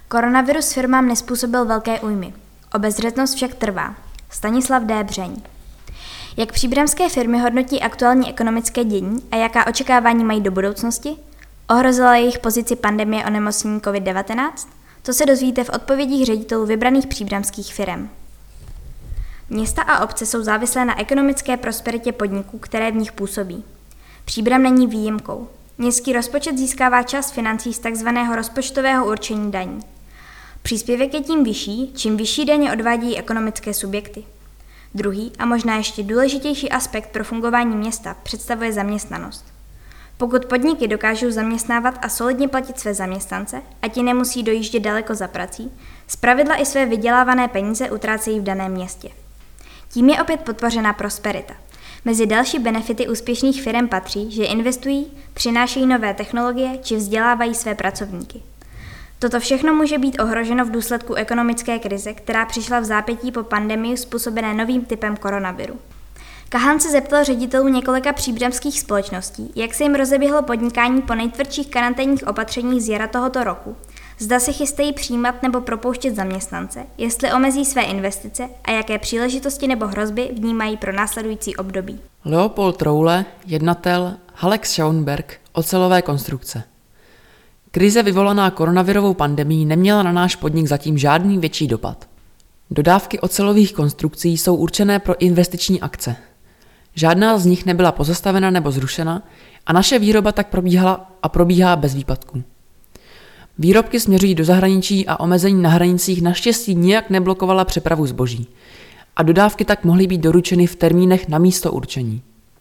Koronavirus firmám nezpůsobil velké újmy. Obezřetnost však trvá. Stanislav D. Břeň. Jak příbramské firmy hodnotí aktuální ekonomické dění a jaká očekávání mají do budoucnosti? Ohrozila jejich pozici pandemie onemocnění COVID-19? To se dozvíte v odpovědích ředitelů vybraných příbramských firem. Města a obce jsou závislé na ekonomické prosperitě podniků, které v nich působí. Příbram není výjimkou. Městský rozpočet získává část financí z tzv. Rozpočtového určení daní. Příspěvek je tím vyšší, čím vyšší daně odvádějí ekonomické subjekty. Druhý a možná ještě důležitější aspekt pro fungování města představuje zaměstnanost. Pokud podniky dokážou zaměstnávat a solidně platit své zaměstnance a ti nemusí dojíždět daleko za prací, zpravidla i své vydělávané peníze utrácejí v daném městě. Tím je opět podpořena prosperita. Mezi další benefity úspěšných firem patří, že investují, přinášejí nové technologie či vzdělávají své pracovníky. Toto všechno může být ohroženo v důsledku ekonomické krize, která přišla v zápětí po pandemii způsobené novým typem koronaviru. Kahan se zeptal ředitelů několika příbramských společností, jak se jim rozeběhlo podnikání po nejtvrdších karanténních opatřeních z jara tohoto roku, zda se chystají přijímat nebo propouštět zaměstnance, jestli omezí své investice a jaké příležitosti nebo hrozby vnímají pro následující období. Leopold Roule, jednatel Halex Schauenberg, ocelové konstrukce. Krize vyvolaná koronavirovou pandemií neměla na náš podnik zatím žádný větší dopad. Dodávky ocelových konstrukcí jsou určené pro investiční akce. Žádná z nich nebyla pozastavena nebo zrušena a naše výroba tak probíhala a probíhá bez výpadků. Výrobky směřují do zahraničí a omezení na hranicích naštěstí nijak neblokovala přepravu zboží a dodávky tak mohly být doručeny v termínech na místo určení.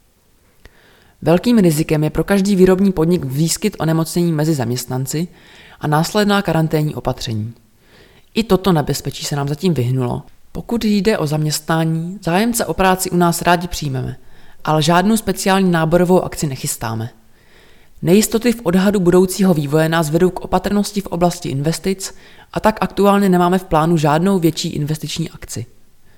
Velkým rizikem je pro každý výrobní podnik výskyt onemocnění mezi zaměstnanci a následná karanténní opatření. I toto nebezpečí se nám zatím vyhnulo. Pokud jde o zaměstnání, zájemce o práci u nás rádi přijmeme, ale žádnou speciální náborovou akci nechystáme. Nejistoty v odhadu budoucího vývoje nás vedou k opatrnosti v oblasti investic a tak aktuálně nemáme v plánu žádnou větší investiční akci.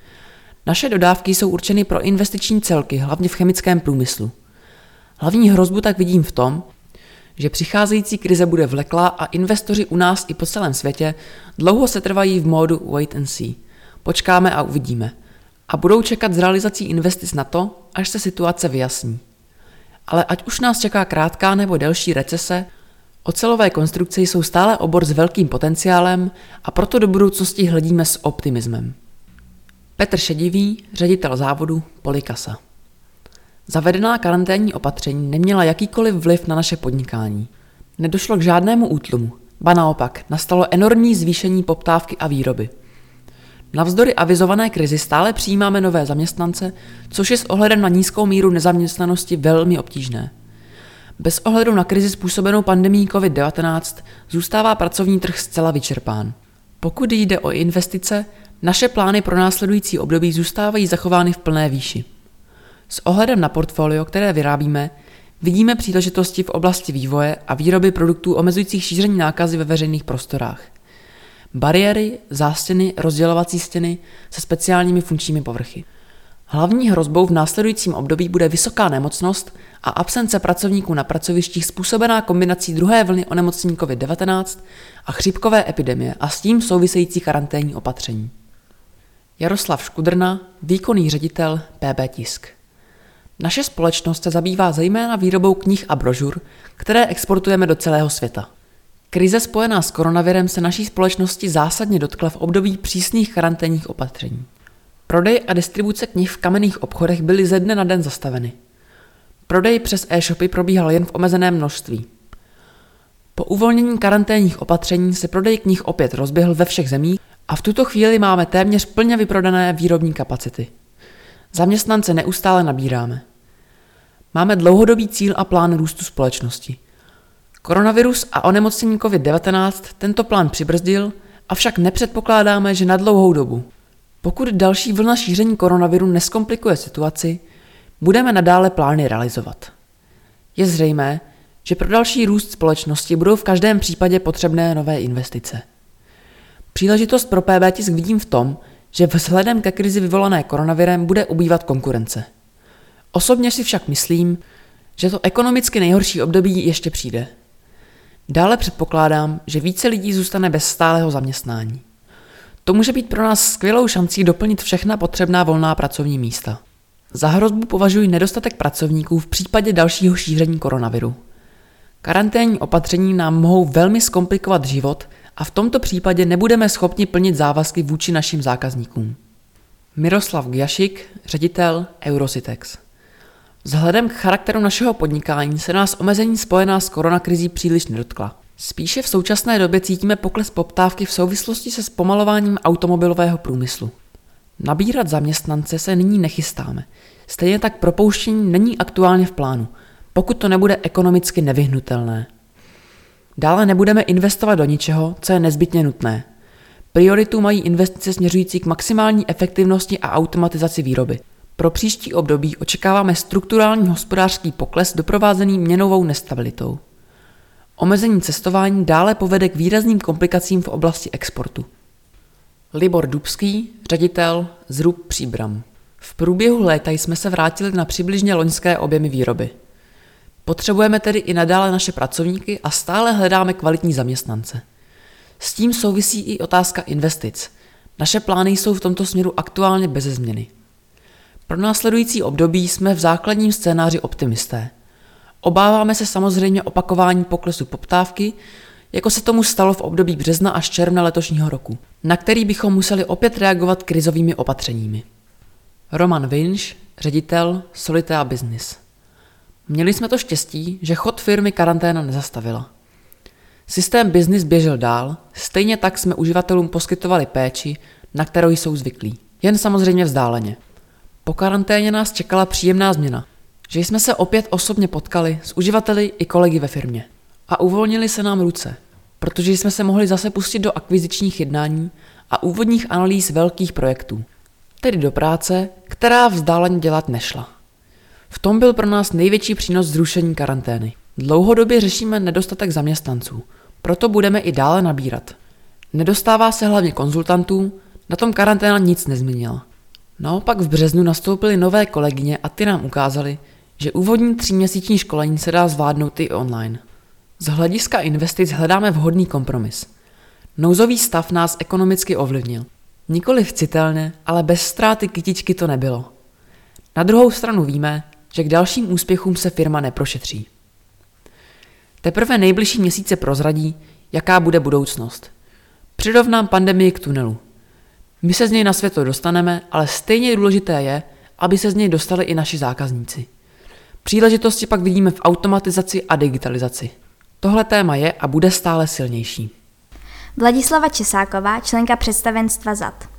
Naše dodávky jsou určeny pro investiční celky, hlavně v chemickém průmyslu. Hlavní hrozbu tak vidím v tom, že přicházející krize bude vleklá a investoři u nás i po celém světě dlouho se trvají v módu wait and see. Počkáme a uvidíme. A budou čekat s realizací investic na to, až se situace vyjasní. Ale ať už nás čeká krátká nebo delší recese, ocelové konstrukce jsou stále obor s velkým potenciálem a proto do budoucnosti hledíme s optimismem. Petr Šedivý, ředitel závodu Polykasa. Zavedená karanténní opatření neměla jakýkoliv vliv na naše podnikání. Nedošlo k žádnému útlumu, ba naopak, nastalo enormní zvýšení poptávky a výroby. Navzdory avizované krizi stále přijímáme nové zaměstnance, což je s ohledem na nízkou míru nezaměstnanosti velmi obtížné. Bez ohledu na krizi způsobenou pandemií COVID-19 zůstává pracovní trh zcela vyčerpán. Pokud jde o investice, naše plány pro následující období zůstávají zachovány v plné výši. S ohledem na portfolio, které vyrábíme, vidíme příležitosti v oblasti vývoje a výroby produktů omezujících šíření nákazy ve veřejných prostorách. Bariéry, zástěny, rozdělovací stěny se speciálními funkčními povrchy. Hlavní hrozbou v následujícím období bude vysoká nemocnost a absence pracovníků na pracovištích způsobená kombinací druhé vlny onemocnění COVID-19 a chřipkové epidemie a s tím související karanténní opatření. Jaroslav Škudrna, výkonný ředitel PB Tisk. Naše společnost se zabývá zejména výrobou knih a brožur, které exportujeme do celého světa. Krize spojená s koronavirem se naší společnosti zásadně dotkla v období přísných karanténních opatření. Prodej a distribuce knih v kamenných obchodech byly ze dne na den zastaveny. Prodej přes e-shopy probíhal jen v omezeném množství. Po uvolnění karanténních opatření se prodej knih opět rozběhl ve všech zemích a v tuto chvíli máme téměř plně vyprodané výrobní kapacity. Zaměstnance neustále nabíráme. Máme dlouhodobý cíl a plán růstu společnosti. Koronavirus a onemocnění COVID-19 tento plán přibrzdil, avšak nepředpokládáme, že na dlouhou dobu. Pokud další vlna šíření koronaviru neskomplikuje situaci, budeme nadále plány realizovat. Je zřejmé, že pro další růst společnosti budou v každém případě potřebné nové investice. Příležitost pro PB Tisk vidím v tom, že vzhledem ke krizi vyvolané koronavirem bude ubývat konkurence. Osobně si však myslím, že to ekonomicky nejhorší období ještě přijde. Dále předpokládám, že více lidí zůstane bez stálého zaměstnání. To může být pro nás skvělou šancí doplnit všechna potřebná volná pracovní místa. Za hrozbu považuji nedostatek pracovníků v případě dalšího šíření koronaviru. Karanténní opatření nám mohou velmi zkomplikovat život a v tomto případě nebudeme schopni plnit závazky vůči našim zákazníkům. Miroslav Gjašik, ředitel Eurocitex. Vzhledem k charakteru našeho podnikání se nás omezení spojená s koronakrizí příliš nedotkla. Spíše v současné době cítíme pokles poptávky v souvislosti se zpomalováním automobilového průmyslu. Nabírat zaměstnance se nyní nechystáme. Stejně tak propouštění není aktuálně v plánu, pokud to nebude ekonomicky nevyhnutelné. Dále nebudeme investovat do ničeho, co je nezbytně nutné. Prioritu mají investice směřující k maximální efektivnosti a automatizaci výroby. Pro příští období očekáváme strukturální hospodářský pokles doprovázený měnovou nestabilitou. Omezení cestování dále povede k výrazným komplikacím v oblasti exportu. Libor Dubský, ředitel Zrub Příbram. V průběhu léta jsme se vrátili na přibližně loňské objemy výroby. Potřebujeme tedy i nadále naše pracovníky a stále hledáme kvalitní zaměstnance. S tím souvisí i otázka investic. Naše plány jsou v tomto směru aktuálně beze změny. Pro následující období jsme v základním scénáři optimisté. Obáváme se samozřejmě opakování poklesu poptávky, jako se tomu stalo v období března až června letošního roku, na který bychom museli opět reagovat krizovými opatřeními. Roman Vinš, ředitel Solitea Business. Měli jsme to štěstí, že chod firmy karanténa nezastavila. Systém business běžel dál, stejně tak jsme uživatelům poskytovali péči, na kterou jsou zvyklí. Jen samozřejmě vzdáleně. Po karanténě nás čekala příjemná změna, že jsme se opět osobně potkali s uživateli i kolegy ve firmě. A uvolnili se nám ruce, protože jsme se mohli zase pustit do akvizičních jednání a úvodních analýz velkých projektů. Tedy do práce, která vzdáleně dělat nešla. V tom byl pro nás největší přínos zrušení karantény. Dlouhodobě řešíme nedostatek zaměstnanců, proto budeme i dále nabírat. Nedostává se hlavně konzultantů, na tom karanténa nic nezměnila. Naopak v březnu nastoupily nové kolegyně a ty nám ukázaly, že úvodní 3měsíční školení se dá zvládnout i online. Z hlediska investic hledáme vhodný kompromis. Nouzový stav nás ekonomicky ovlivnil. Nikoliv citelně, ale bez ztráty kytičky to nebylo. Na druhou stranu víme, že k dalším úspěchům se firma neprošetří. Teprve nejbližší měsíce prozradí, jaká bude budoucnost. Přirovnám pandemii k tunelu. My se z něj na světlo dostaneme, ale stejně důležité je, aby se z něj dostali i naši zákazníci. Příležitosti pak vidíme v automatizaci a digitalizaci. Tohle téma je a bude stále silnější. Vladislava Česáková, členka představenstva ZAD.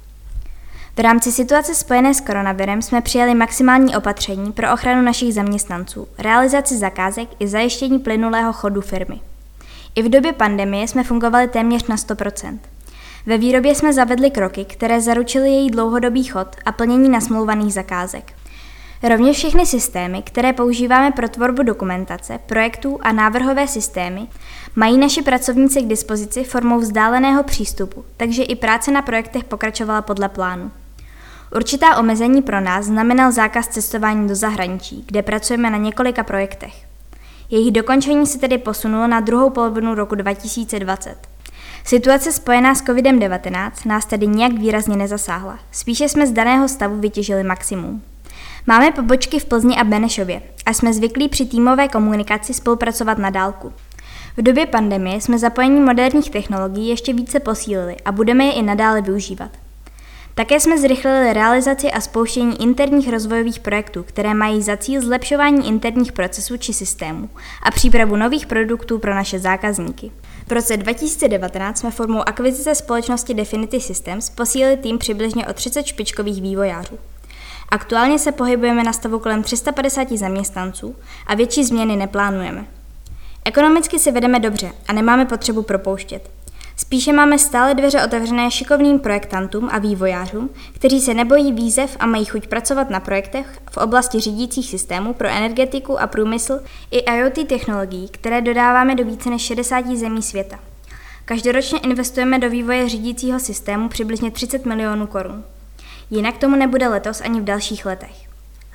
V rámci situace spojené s koronavirem jsme přijali maximální opatření pro ochranu našich zaměstnanců, realizaci zakázek i zajištění plynulého chodu firmy. I v době pandemie jsme fungovali téměř na 100%. Ve výrobě jsme zavedli kroky, které zaručily její dlouhodobý chod a plnění nasmlouvaných zakázek. Rovněž všechny systémy, které používáme pro tvorbu dokumentace, projektů a návrhové systémy, mají naši pracovníci k dispozici formou vzdáleného přístupu, takže i práce na projektech pokračovala podle plánu. Určitá omezení pro nás znamenal zákaz cestování do zahraničí, kde pracujeme na několika projektech. Jejich dokončení se tedy posunulo na druhou polovinu roku 2020. Situace spojená s COVID-19 nás tedy nijak výrazně nezasáhla, spíše jsme z daného stavu vytěžili maximum. Máme pobočky v Plzni a Benešově a jsme zvyklí při týmové komunikaci spolupracovat na dálku. V době pandemie jsme zapojení moderních technologií ještě více posílili a budeme je i nadále využívat. Také jsme zrychlili realizaci a spouštění interních rozvojových projektů, které mají za cíl zlepšování interních procesů či systémů a přípravu nových produktů pro naše zákazníky. V roce 2019 jsme formou akvizice společnosti Definity Systems posílili tým přibližně o 30 špičkových vývojářů. Aktuálně se pohybujeme na stavu kolem 350 zaměstnanců a větší změny neplánujeme. Ekonomicky si vedeme dobře a nemáme potřebu propouštět. Spíše máme stále dveře otevřené šikovným projektantům a vývojářům, kteří se nebojí výzev a mají chuť pracovat na projektech v oblasti řídících systémů pro energetiku a průmysl i IoT technologií, které dodáváme do více než 60 zemí světa. Každoročně investujeme do vývoje řídícího systému přibližně 30 milionů korun. Jinak tomu nebude letos ani v dalších letech.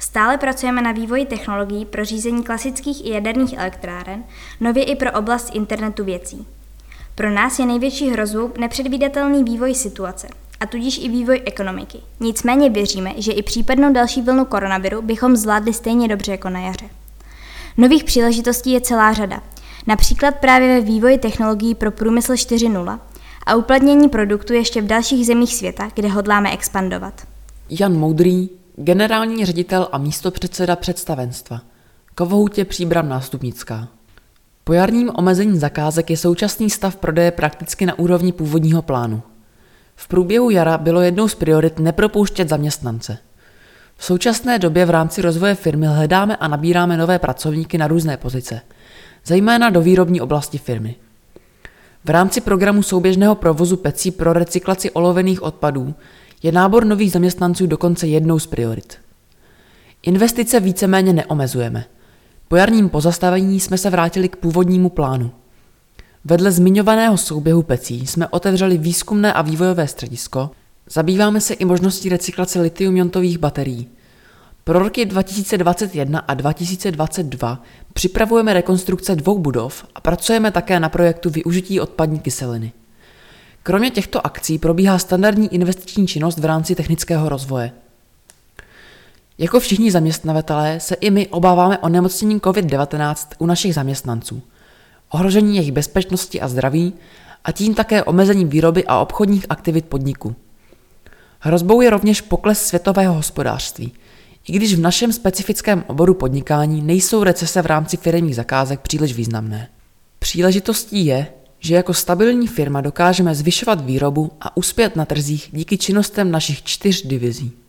Stále pracujeme na vývoji technologií pro řízení klasických i jaderných elektráren, nově i pro oblast internetu věcí. Pro nás je největší hrozbou nepředvídatelný vývoj situace, a tudíž i vývoj ekonomiky. Nicméně věříme, že i případnou další vlnu koronaviru bychom zvládli stejně dobře jako na jaře. Nových příležitostí je celá řada, například právě ve vývoji technologií pro průmysl 4.0 a uplatnění produktu ještě v dalších zemích světa, kde hodláme expandovat. Jan Moudrý, generální ředitel a místopředseda představenstva. Kovohoutě Příbram Nástupnická. Po jarním omezení zakázek je současný stav prodeje prakticky na úrovni původního plánu. V průběhu jara bylo jednou z priorit nepropouštět zaměstnance. V současné době v rámci rozvoje firmy hledáme a nabíráme nové pracovníky na různé pozice, zejména do výrobní oblasti firmy. V rámci programu souběžného provozu pecí pro recyklaci olověných odpadů je nábor nových zaměstnanců dokonce jednou z priorit. Investice víceméně neomezujeme. Po jarním pozastavení jsme se vrátili k původnímu plánu. Vedle zmiňovaného souběhu pecí jsme otevřeli výzkumné a vývojové středisko, zabýváme se i možností recyklace lithium-iontových baterií. Pro roky 2021 a 2022 připravujeme rekonstrukce 2 budov a pracujeme také na projektu využití odpadní kyseliny. Kromě těchto akcí probíhá standardní investiční činnost v rámci technického rozvoje. Jako všichni zaměstnavatelé se i my obáváme onemocnění COVID-19 u našich zaměstnanců, ohrožení jejich bezpečnosti a zdraví a tím také omezení výroby a obchodních aktivit podniku. Hrozbou je rovněž pokles světového hospodářství, i když v našem specifickém oboru podnikání nejsou recese v rámci firemních zakázek příliš významné. Příležitostí je, že jako stabilní firma dokážeme zvyšovat výrobu a uspět na trzích díky činnostem našich 4 divizí.